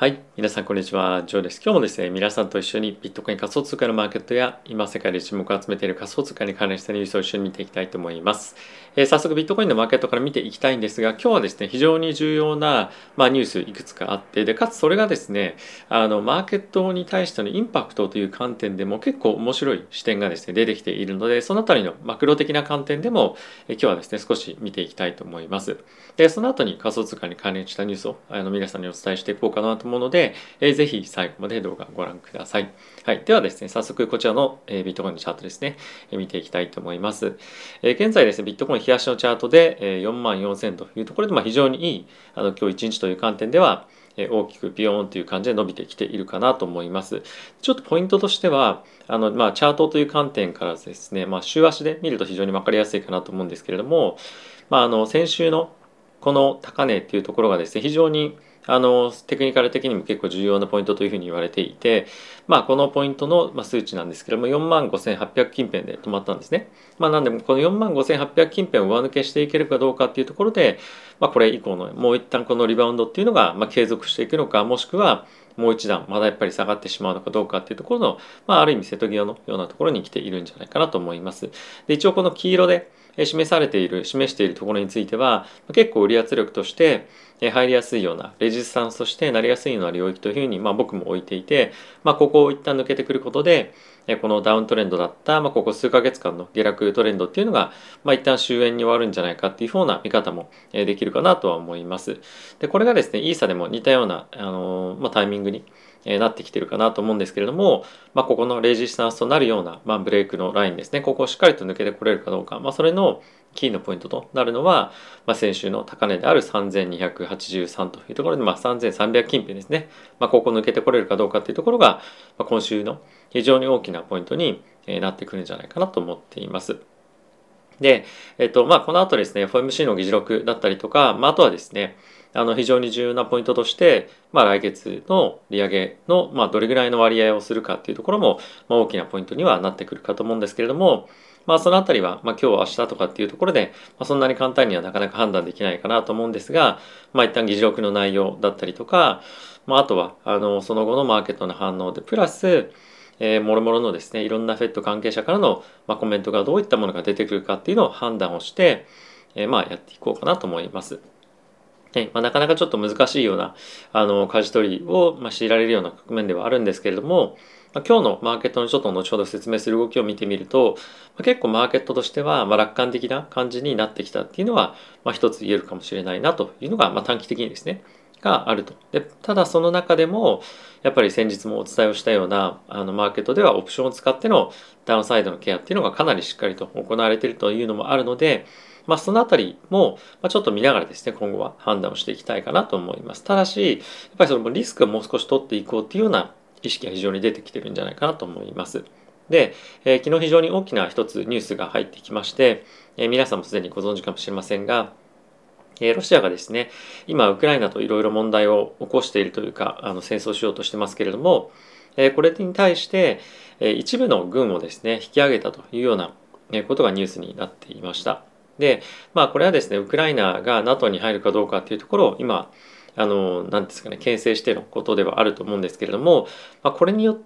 はい、皆さんこんにちは、ジョーです。今日もですね、皆さんと一緒にビットコイン仮想通貨のマーケットや今世界で注目を集めている仮想通貨に関連したニュースを一緒に見ていきたいと思います。早速ビットコインのマーケットから見ていきたいんですが、今日はですね、非常に重要な、ニュースいくつかあって、で、かつそれがですね、マーケットに対してのインパクトという観点でも結構面白い視点がですね、出てきているので、そのあたりのマクロ的な観点でも、今日はですね、少し見ていきたいと思います。で、その後に仮想通貨に関連したニュースを皆さんにお伝えしていこうかなと思うので、ぜひ最後まで動画をご覧ください。はい。ではですね、早速こちらの、ビットコインのチャートですね、見ていきたいと思います。現在ですね、ビットコイン冷やしのチャートで、44,000というところで、非常にいい、今日1日という観点では、大きくビヨーンという感じで伸びてきているかなと思います。ちょっとポイントとしては、チャートという観点からですね、週足で見ると非常に分かりやすいかなと思うんですけれども、先週のこの高値っていうところがですね、非常にテクニカル的にも結構重要なポイントというふうに言われていて、このポイントの数値なんですけども、45,800近辺で止まったんですね。なんで、この45,800近辺を上抜けしていけるかどうかっていうところで、これ以降のもう一旦このリバウンドっていうのが、継続していくのか、もしくはもう一段まだやっぱり下がってしまうのかどうかっていうところの、ある意味瀬戸際のようなところに来ているんじゃないかなと思います。で、一応この黄色で示しているところについては、結構売り圧力として入りやすいようなレジスタンスとしてなりやすいような領域というふうに僕も置いていて、ここを一旦抜けてくることでこのダウントレンドだったここ数ヶ月間の下落トレンドっていうのが一旦終焉に終わるんじゃないかっていうような見方もできるかなとは思います。で、これがですね、イーサでも似たようなタイミングになってきてるかなと思うんですけれども、ここのレジスタンスとなるような、ブレイクのラインですね、ここをしっかりと抜けてこれるかどうか、それのキーのポイントとなるのは、先週の高値である3283というところで、3300近辺ですね、ここ抜けてこれるかどうかというところが、今週の非常に大きなポイントになってくるんじゃないかなと思っています。で、この後ですね、FOMC の議事録だったりとか、あとはですね、非常に重要なポイントとして、来月の利上げの、どれぐらいの割合をするかっていうところも、大きなポイントにはなってくるかと思うんですけれども、そのあたりは、今日明日とかっていうところで、そんなに簡単にはなかなか判断できないかなと思うんですが、一旦議事録の内容だったりとか、あとは、その後のマーケットの反応で、プラス、もろもろのですね、いろんなフェット関係者からの、コメントがどういったものが出てくるかっていうのを判断をして、やっていこうかなと思います。なかなかちょっと難しいような舵取りを強いられるような局面ではあるんですけれども、今日のマーケットのちょっと後ほど説明する動きを見てみると、結構マーケットとしては楽観的な感じになってきたっていうのは、一つ言えるかもしれないなというのが、短期的にですねがあると。で、ただその中でもやっぱり先日もお伝えをしたようなマーケットではオプションを使ってのダウンサイドのケアっていうのがかなりしっかりと行われているというのもあるので、そのあたりもちょっと見ながらですね、今後は判断をしていきたいかなと思います。ただし、やっぱりそのリスクをもう少し取っていこうっていうような意識が非常に出てきてるんじゃないかなと思います。で、昨日非常に大きな一つニュースが入ってきまして、皆さんもすでにご存知かもしれませんが、ロシアがですね、今ウクライナといろいろ問題を起こしているというか、戦争しようとしてますけれども、これに対して一部の軍をですね、引き上げたというようなことがニュースになっていました。で、これはですね、ウクライナが NATO に入るかどうかっていうところを今、何ですかね、牽制してのことではあると思うんですけれども、これによって、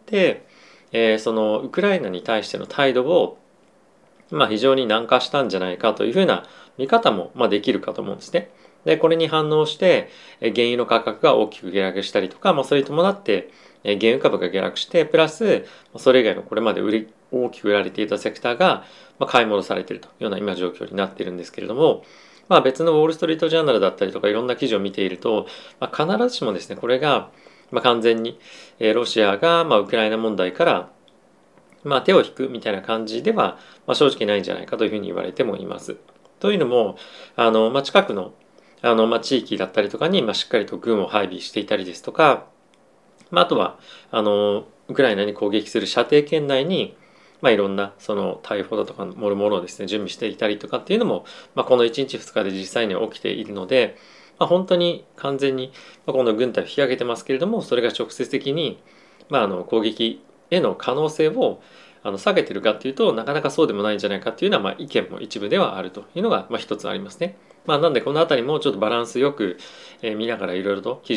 そのウクライナに対しての態度を、非常に軟化したんじゃないかというふうな見方も、できるかと思うんですね。で、これに反応して、原油の価格が大きく下落したりとか、それに伴って、原油株が下落して、プラス、それ以外のこれまで大きく売られていたセクターが、買い戻されているというような今状況になっているんですけれども、別のウォール・ストリート・ジャーナルだったりとかいろんな記事を見ていると、必ずしもですね、これが、完全にロシアがウクライナ問題から手を引くみたいな感じでは、正直ないんじゃないかというふうに言われてもいます。というのも、近くの地域だったりとかに、しっかりと軍を配備していたりですとか、あとはウクライナに攻撃する射程圏内に、いろんなその大砲だとかもろもろをですね準備していたりとかっていうのも、この1日2日で実際には起きているので、本当に完全に、この軍隊を引き上げてますけれども、それが直接的に、攻撃への可能性を下げてるかっていうとなかなかそうでもないんじゃないかっていうのは、意見も一部ではあるというのが、一つありますね。なんでこの辺りもちょっとバランスよく、見ながらいろいろと記事を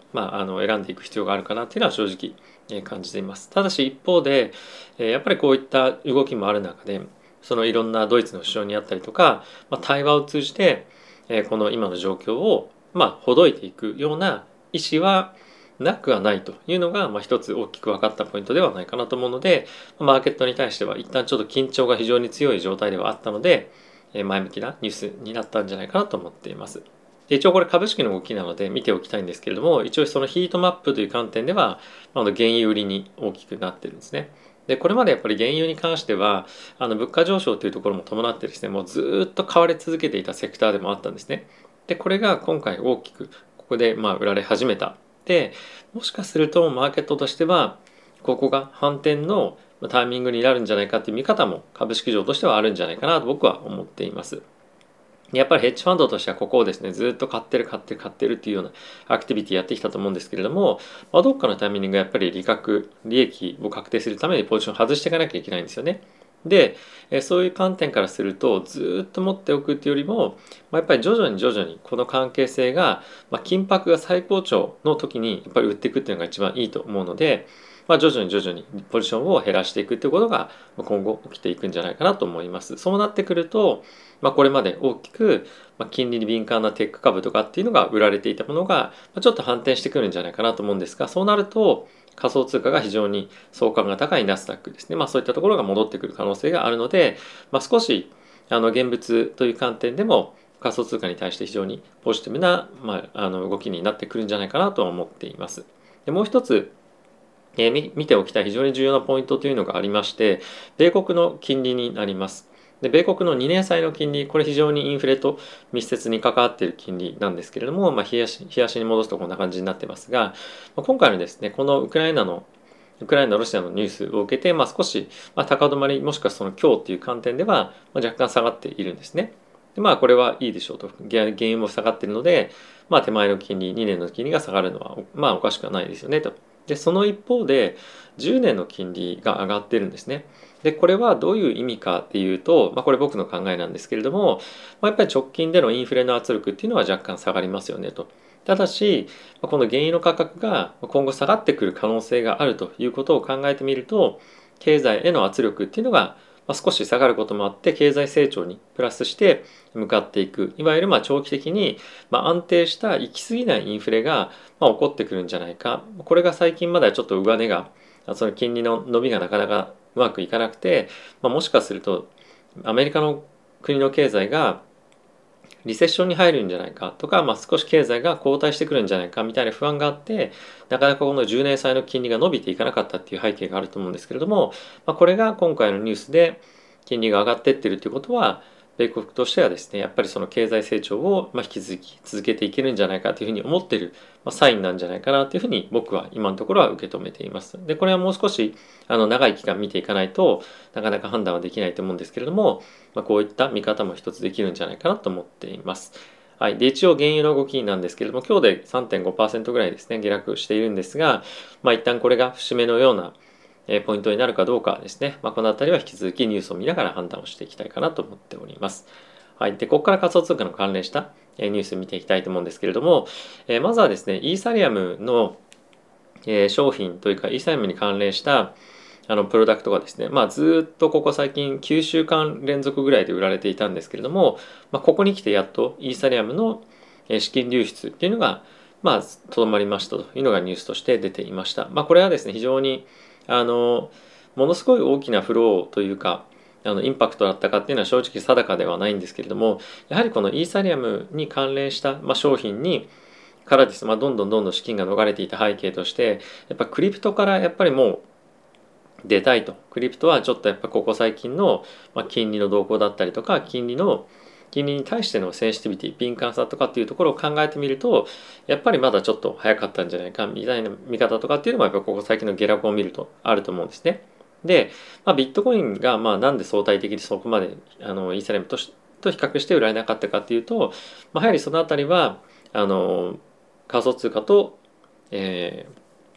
選んでいく必要があるかなっていうのは正直感じています。ただし一方でやっぱりこういった動きもある中でそのいろんなドイツの首相にあったりとか、対話を通じてこの今の状況をほどいていくような意思はなくはないというのが一つ大きく分かったポイントではないかなと思うので、マーケットに対しては一旦ちょっと緊張が非常に強い状態ではあったので前向きなニュースになったんじゃないかなと思っています。で一応これ株式の動きなので見ておきたいんですけれども、一応そのヒートマップという観点では原油売りに大きくなってるんですね。でこれまでやっぱり原油に関しては物価上昇というところも伴ってですね、もうずっと買われ続けていたセクターでもあったんですね。でこれが今回大きくここで売られ始めた。でもしかするとマーケットとしてはここが反転のタイミングになるんじゃないかという見方も株式上としてはあるんじゃないかなと僕は思っています。やっぱりヘッジファンドとしてはここをですねずっと買ってるっていうようなアクティビティやってきたと思うんですけれども、どっかのタイミングがやっぱり利益を確定するためにポジションを外していかなきゃいけないんですよね。でそういう観点からするとずっと持っておくっていうよりも、やっぱり徐々にこの関係性が、緊迫が最高潮の時にやっぱり売っていくっていうのが一番いいと思うので、徐々にポジションを減らしていくっていうことが今後起きていくんじゃないかなと思います。そうなってくると、これまで大きく金利に敏感なテック株とかっていうのが売られていたものがちょっと反転してくるんじゃないかなと思うんですが、そうなると仮想通貨が非常に相関が高いナスダックですね、そういったところが戻ってくる可能性があるので、少し現物という観点でも仮想通貨に対して非常にポジティブな、動きになってくるんじゃないかなと思っています。でもう一つ見ておきたい非常に重要なポイントというのがありまして、米国の金利になります。で米国の2年債の金利、これ非常にインフレと密接に関わっている金利なんですけれども、冷やしに戻すとこんな感じになってますが、今回のですねこのウクライナロシアのニュースを受けて、少し高止まりもしくはその強っていう観点では若干下がっているんですね。でこれはいいでしょうと、原油も下がっているので、手前の金利2年の金利が下がるのはおかしくはないですよねと。でその一方で10年の金利が上がってるんですね。でこれはどういう意味かっていうと、これ僕の考えなんですけれども、やっぱり直近でのインフレの圧力っていうのは若干下がりますよねと。ただしこの原油の価格が今後下がってくる可能性があるということを考えてみると、経済への圧力っていうのが少し下がることもあって経済成長にプラスして向かっていく、いわゆる長期的に安定した行き過ぎないインフレが起こってくるんじゃないか。これが最近まではちょっと上値がその金利の伸びがなかなかうまくいかなくて、もしかするとアメリカの国の経済がリセッションに入るんじゃないかとか、少し経済が後退してくるんじゃないかみたいな不安があって、なかなかこの10年債の金利が伸びていかなかったっていう背景があると思うんですけれども、これが今回のニュースで金利が上がっていってるということは、米国としてはですねやっぱりその経済成長を引き続き続けていけるんじゃないかというふうに思っているサインなんじゃないかなというふうに僕は今のところは受け止めています。でこれはもう少し長い期間見ていかないとなかなか判断はできないと思うんですけれども、こういった見方も一つできるんじゃないかなと思っています。はい、で一応原油の動きなんですけれども、今日で 3.5% ぐらいですね下落しているんですが、一旦これが節目のようなポイントになるかどうかですね、この辺りは引き続きニュースを見ながら判断をしていきたいかなと思っております。はい、でここから仮想通貨の関連したニュースを見ていきたいと思うんですけれども、まずはですねイーサリアムの商品というかイーサリアムに関連したプロダクトがですね、ずっとここ最近9週間連続ぐらいで売られていたんですけれども、ここに来てやっとイーサリアムの資金流出っていうのがとどまりましたというのがニュースとして出ていました。これはですね非常にものすごい大きなフローというかインパクトだったかっていうのは正直定かではないんですけれども、やはりこのイーサリアムに関連した、商品にからですね、どんどん資金が逃れていた背景として、やっぱクリプトからやっぱりもう出たいと。クリプトはちょっとやっぱここ最近の金利の動向だったりとか金利に対してのセンシティビティ敏感さとかっていうところを考えてみると、やっぱりまだちょっと早かったんじゃないかみたいな見方とかっていうのもやっぱここ最近の下落を見るとあると思うんですね。で、ビットコインがなんで相対的にそこまでイーサリアムと比較して売られなかったかっていうと、やはりそのあたりは仮想通貨と、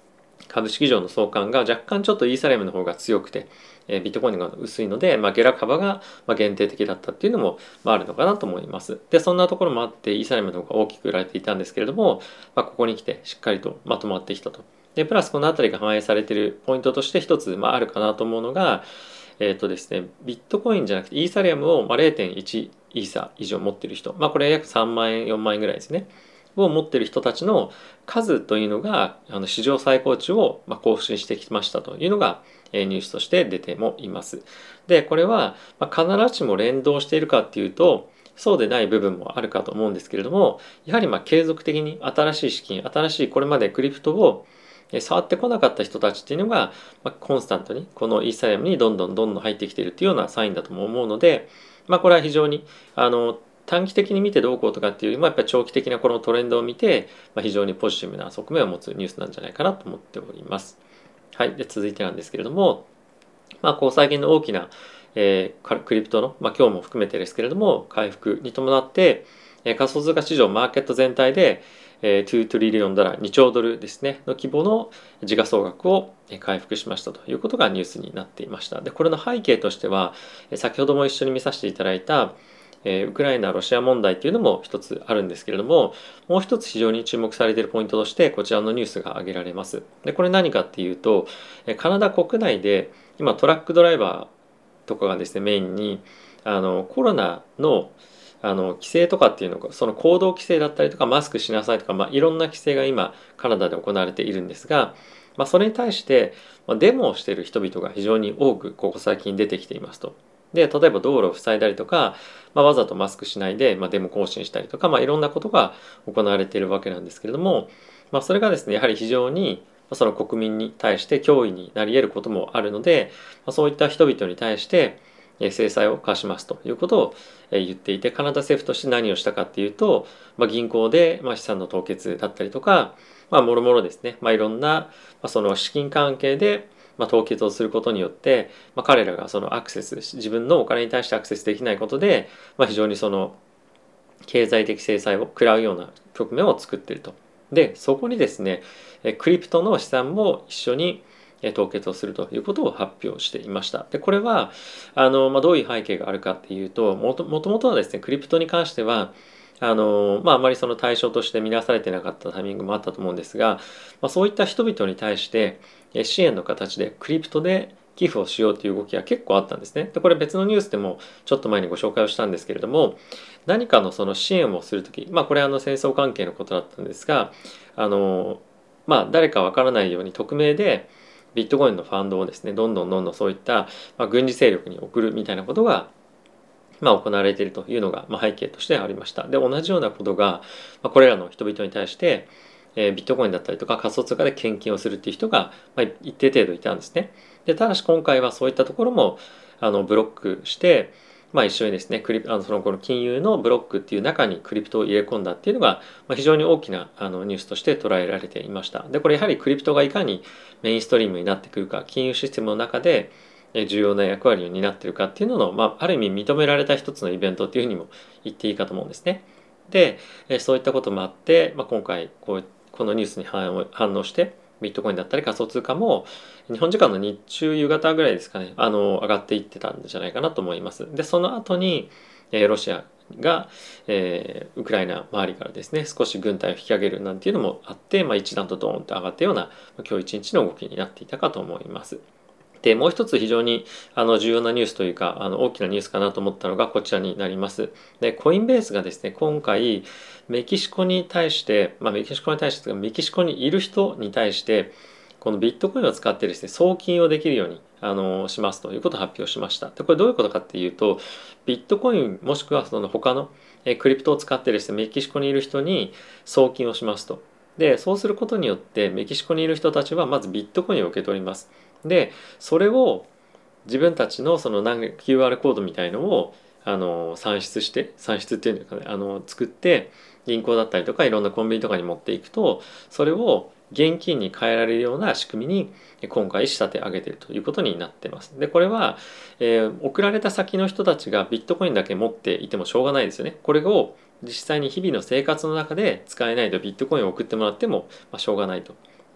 株式市場の相関が若干ちょっとイーサリアムの方が強くて、ビットコインが薄いので、下落幅が限定的だったっていうのもあるのかなと思います。で、そんなところもあってイーサリアムの方が大きく売られていたんですけれども、ここに来てしっかりとまとまってきたと。で、プラスこの辺りが反映されているポイントとして一つ、あるかなと思うのが、ですね、ビットコインじゃなくてイーサリアムを0.1イーサ以上持っている人、これ約3万円4万円ぐらいですねを持っている人たちの数というのが史上最高値を更新してきましたというのがニュースとして出てもいます。でこれは必ずしも連動しているかっていうとそうでない部分もあるかと思うんですけれども、やはり継続的に新しい資金、新しいこれまでクリプトを触ってこなかった人たちっていうのが、コンスタントにこのイーサリアムにどんどん入ってきているというようなサインだとも思うので、これは非常に短期的に見てどうこうとかっていうよりもやっぱり長期的なこのトレンドを見て、非常にポジティブな側面を持つニュースなんじゃないかなと思っております。はい、で続いてなんですけれども、こう最近の大きな、クリプトの、今日も含めてですけれども回復に伴って、仮想通貨市場マーケット全体で2トリリオンドラー、2兆ドルですねの規模の時価総額を回復しましたということがニュースになっていました。でこれの背景としては先ほども一緒に見させていただいたウクライナ・ロシア問題っていうのも一つあるんですけれども、もう一つ非常に注目されているポイントとしてこちらのニュースが挙げられます。でこれ何かっていうと、カナダ国内で今トラックドライバーとかがですねメインにコロナの規制とかっていうのがその行動規制だったりとかマスクしなさいとか、いろんな規制が今カナダで行われているんですが、それに対してデモをしている人々が非常に多くここ最近出てきていますと。で例えば道路を塞いだりとか、わざとマスクしないで、デモ行進したりとか、いろんなことが行われているわけなんですけれども、それがですねやはり非常にその国民に対して脅威になり得ることもあるので、そういった人々に対して制裁を科しますということを言っていて、カナダ政府として何をしたかっていうと、銀行で資産の凍結だったりとか、もろもろですね、いろんなその資金関係で凍結をすることによって、彼らがそのアクセス、自分のお金に対してアクセスできないことで、非常にその経済的制裁を食らうような局面を作っていると。でそこにですねクリプトの資産も一緒に凍結をするということを発表していました。でこれはどういう背景があるかっていうと、もともとはですねクリプトに関してはあまりその対象として見なされてなかったタイミングもあったと思うんですが、そういった人々に対して支援の形でクリプトで寄付をしようという動きが結構あったんですね。でこれ別のニュースでもちょっと前にご紹介をしたんですけれども、何かのその支援をするとき、これ戦争関係のことだったんですが、誰かわからないように匿名でビットコインのファンドをですねどんどんそういった、軍事勢力に送るみたいなことが行われているというのが背景としてありました。で同じようなことがこれらの人々に対してビットコインだったりとか仮想通貨で献金をするっていう人が一定程度いたんですね。でただし今回はそういったところもブロックして、一緒にですねそのこの金融のブロックっていう中にクリプトを入れ込んだっていうのが非常に大きなニュースとして捉えられていました。でこれやはりクリプトがいかにメインストリームになってくるか、金融システムの中で重要な役割を担っているかっていうのの、ある意味認められた一つのイベントっていうふうにも言っていいかと思うんですね。でそういったこともあって、今回このニュースに反応してビットコインだったり仮想通貨も日本時間の日中夕方ぐらいですかね上がっていってたんじゃないかなと思います。でその後にロシアが、ウクライナ周りからですね少し軍隊を引き上げるなんていうのもあって、一段とドーンと上がったような今日一日の動きになっていたかと思います。でもう一つ非常に重要なニュースというか大きなニュースかなと思ったのがこちらになります。でコインベースがですね今回メキシコに対して、メキシコにいる人に対してこのビットコインを使ってですね送金をできるようにしますということを発表しました。でこれどういうことかっていうと、ビットコインもしくはその他のクリプトを使ってですねメキシコにいる人に送金をしますと。でそうすることによってメキシコにいる人たちはまずビットコインを受け取ります。でそれを自分たちのそのQR コードみたいのを算出っていうんですかね作って銀行だったりとかいろんなコンビニとかに持っていくと、それを現金に換えられるような仕組みに今回仕立て上げているということになってます。でこれは、送られた先の人たちがビットコインだけ持っていてもしょうがないですよね。これを実際に日々の生活の中で使えないとビットコインを送ってもらってもしょうがないと。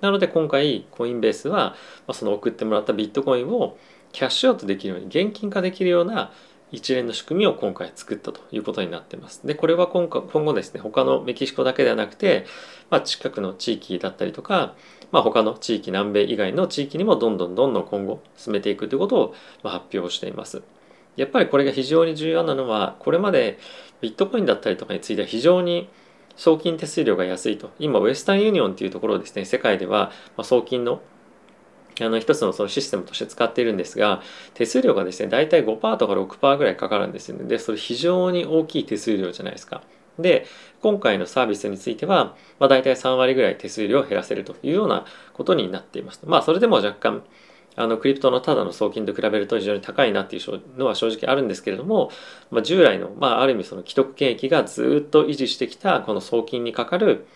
なので今回コインベースはその送ってもらったビットコインをキャッシュアウトできるように現金化できるような一連の仕組みを今回作ったということになっています。でこれは今後ですね、他のメキシコだけではなくて、近くの地域だったりとか、他の地域、南米以外の地域にもどんどん今後進めていくということを発表しています。やっぱりこれが非常に重要なのは、これまでビットコインだったりとかについては非常に送金手数料が安いと。今ウェスタンユニオンというところをですね、世界では送金の一つのそのシステムとして使っているんですが、手数料がですね大体5%とか6%ぐらいかかるんですよね。でそれ非常に大きい手数料じゃないですか。で今回のサービスについては、大体3割ぐらい手数料を減らせるというようなことになっています。それでも若干クリプトのただの送金と比べると非常に高いなっていうのは正直あるんですけれども、従来の、ある意味その既得権益がずっと維持してきたこの送金にかかる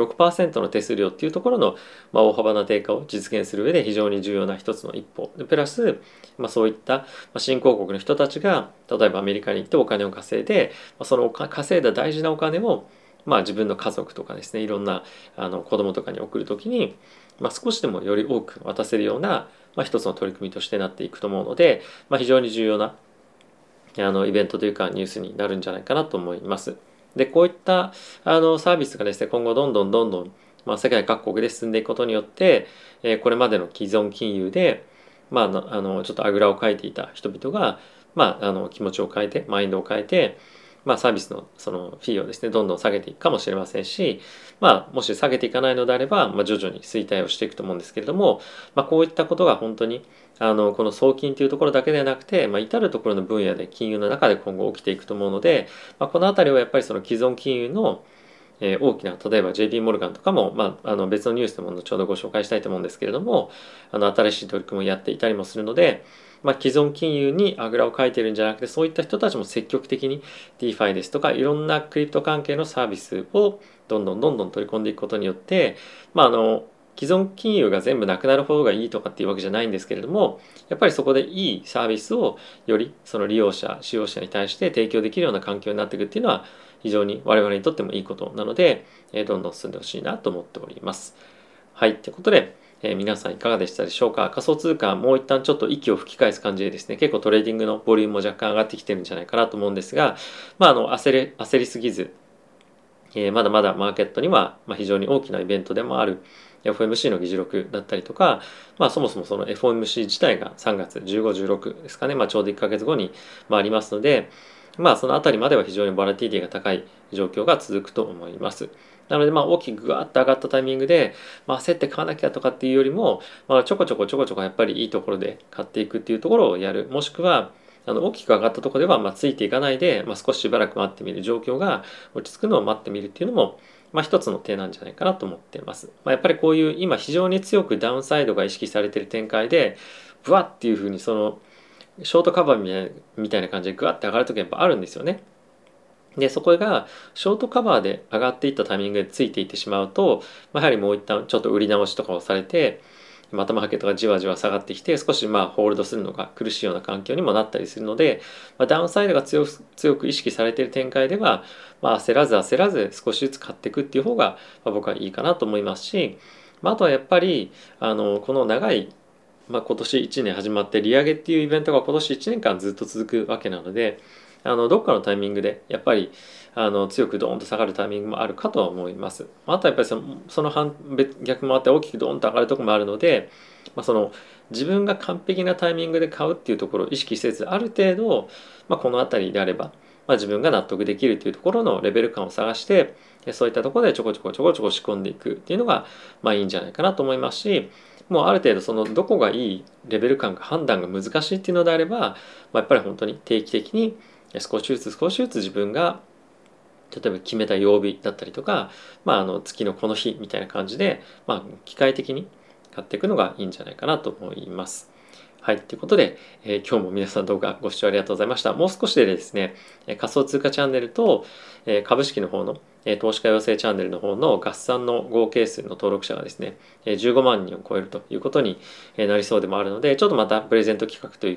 6% の手数料っていうところの、大幅な低下を実現する上で非常に重要な一つの一歩で、プラス、そういった新興国の人たちが例えばアメリカに行ってお金を稼いで、その稼いだ大事なお金を自分の家族とかですね、いろんな子供とかに送るときに、少しでもより多く渡せるような、一つの取り組みとしてなっていくと思うので、非常に重要なイベントというかニュースになるんじゃないかなと思います。でこういったサービスがですね今後どんどん、世界各国で進んでいくことによって、これまでの既存金融で、ちょっとあぐらをかいていた人々が、気持ちを変えてマインドを変えて、サービスのそのフィーをですねどんどん下げていくかもしれませんし、もし下げていかないのであれば、徐々に衰退をしていくと思うんですけれども、こういったことが本当にこの送金というところだけではなくて、至るところの分野で金融の中で今後起きていくと思うので、この辺りはやっぱりその既存金融の大きな、例えば JP モルガンとかも、別のニュースでも後ほどご紹介したいと思うんですけれども、新しい取り組みをやっていたりもするので、既存金融にあぐらをかいているんじゃなくて、そういった人たちも積極的に DeFi ですとかいろんなクリプト関係のサービスをどんどん取り込んでいくことによって、既存金融が全部なくなる方がいいとかっていうわけじゃないんですけれども、やっぱりそこでいいサービスをよりその利用者使用者に対して提供できるような環境になっていくっていうのは非常に我々にとってもいいことなので、どんどん進んでほしいなと思っております。はい、ということで、皆さんいかがでしたでしょうか。仮想通貨もう一旦ちょっと息を吹き返す感じでですね、結構トレーディングのボリュームも若干上がってきてるんじゃないかなと思うんですが、焦りすぎず、まだまだマーケットには非常に大きなイベントでもある FOMC の議事録だったりとか、そもそもその FOMC 自体が3月15、16ですかね、ちょうど1ヶ月後にありますので、そのあたりまでは非常にボラティティが高い状況が続くと思います。なので大きくグワッと上がったタイミングで、焦って買わなきゃとかっていうよりも、ちょこちょこやっぱりいいところで買っていくっていうところをやる。もしくは大きく上がったところではついていかないで、少ししばらく待ってみる、状況が落ち着くのを待ってみるっていうのも一つの手なんじゃないかなと思っています。やっぱりこういう今非常に強くダウンサイドが意識されている展開でブワッっていうふうにそのショートカバーみたいな感じでグワッて上がるときやっぱあるんですよね。でそこがショートカバーで上がっていったタイミングでついていってしまうと、やはりもう一旦ちょっと売り直しとかをされて、またマーケットがじわじわ下がってきて少しホールドするのが苦しいような環境にもなったりするので、ダウンサイドが強く意識されている展開では、焦らず少しずつ買っていくっていう方が、僕はいいかなと思いますし、あとはやっぱりこの長い、今年1年始まって利上げっていうイベントが今年1年間ずっと続くわけなので、どっかのタイミングでやっぱり強くドーンと下がるタイミングもあるかとは思います。あとはやっぱりその逆もあって大きくドーンと上がるところもあるので、その自分が完璧なタイミングで買うっていうところを意識せず、ある程度、この辺りであれば、自分が納得できるっていうところのレベル感を探して、そういったところでちょこちょこ仕込んでいくっていうのがいいんじゃないかなと思いますし、もうある程度そのどこがいいレベル感か判断が難しいっていうのであれば、やっぱり本当に定期的に少しずつ自分が例えば決めた曜日だったりとか、月のこの日みたいな感じで、機械的に買っていくのがいいんじゃないかなと思います。はい、ということで、今日も皆さん動画ご視聴ありがとうございました。もう少しでですね、仮想通貨チャンネルと、株式の方の、投資家養成チャンネルの方の合算の合計数の登録者がですね、15万人を超えるということになりそうでもあるので、ちょっとまたプレゼント企画というか、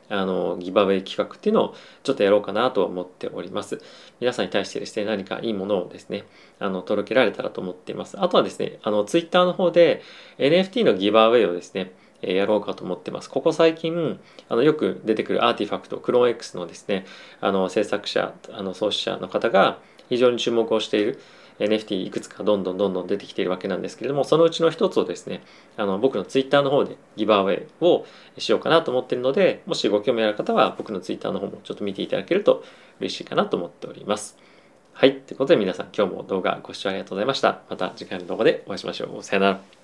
ギバウェイ企画っていうのをちょっとやろうかなと思っております。皆さんに対してですね、何かいいものをですね、届けられたらと思っています。あとはですね、Twitter の方で NFT のギバウェイをですね、やろうかと思ってます。ここ最近、よく出てくるアーティファクト、クローン X のですね、制作者、創始者の方が非常に注目をしている NFT いくつかどんどん出てきているわけなんですけれども、そのうちの一つをですね、僕の Twitter の方でギバーウェイをしようかなと思っているので、もしご興味ある方は僕の Twitter の方もちょっと見ていただけると嬉しいかなと思っております。はい。ということで皆さん今日も動画ご視聴ありがとうございました。また次回の動画でお会いしましょう。さよなら。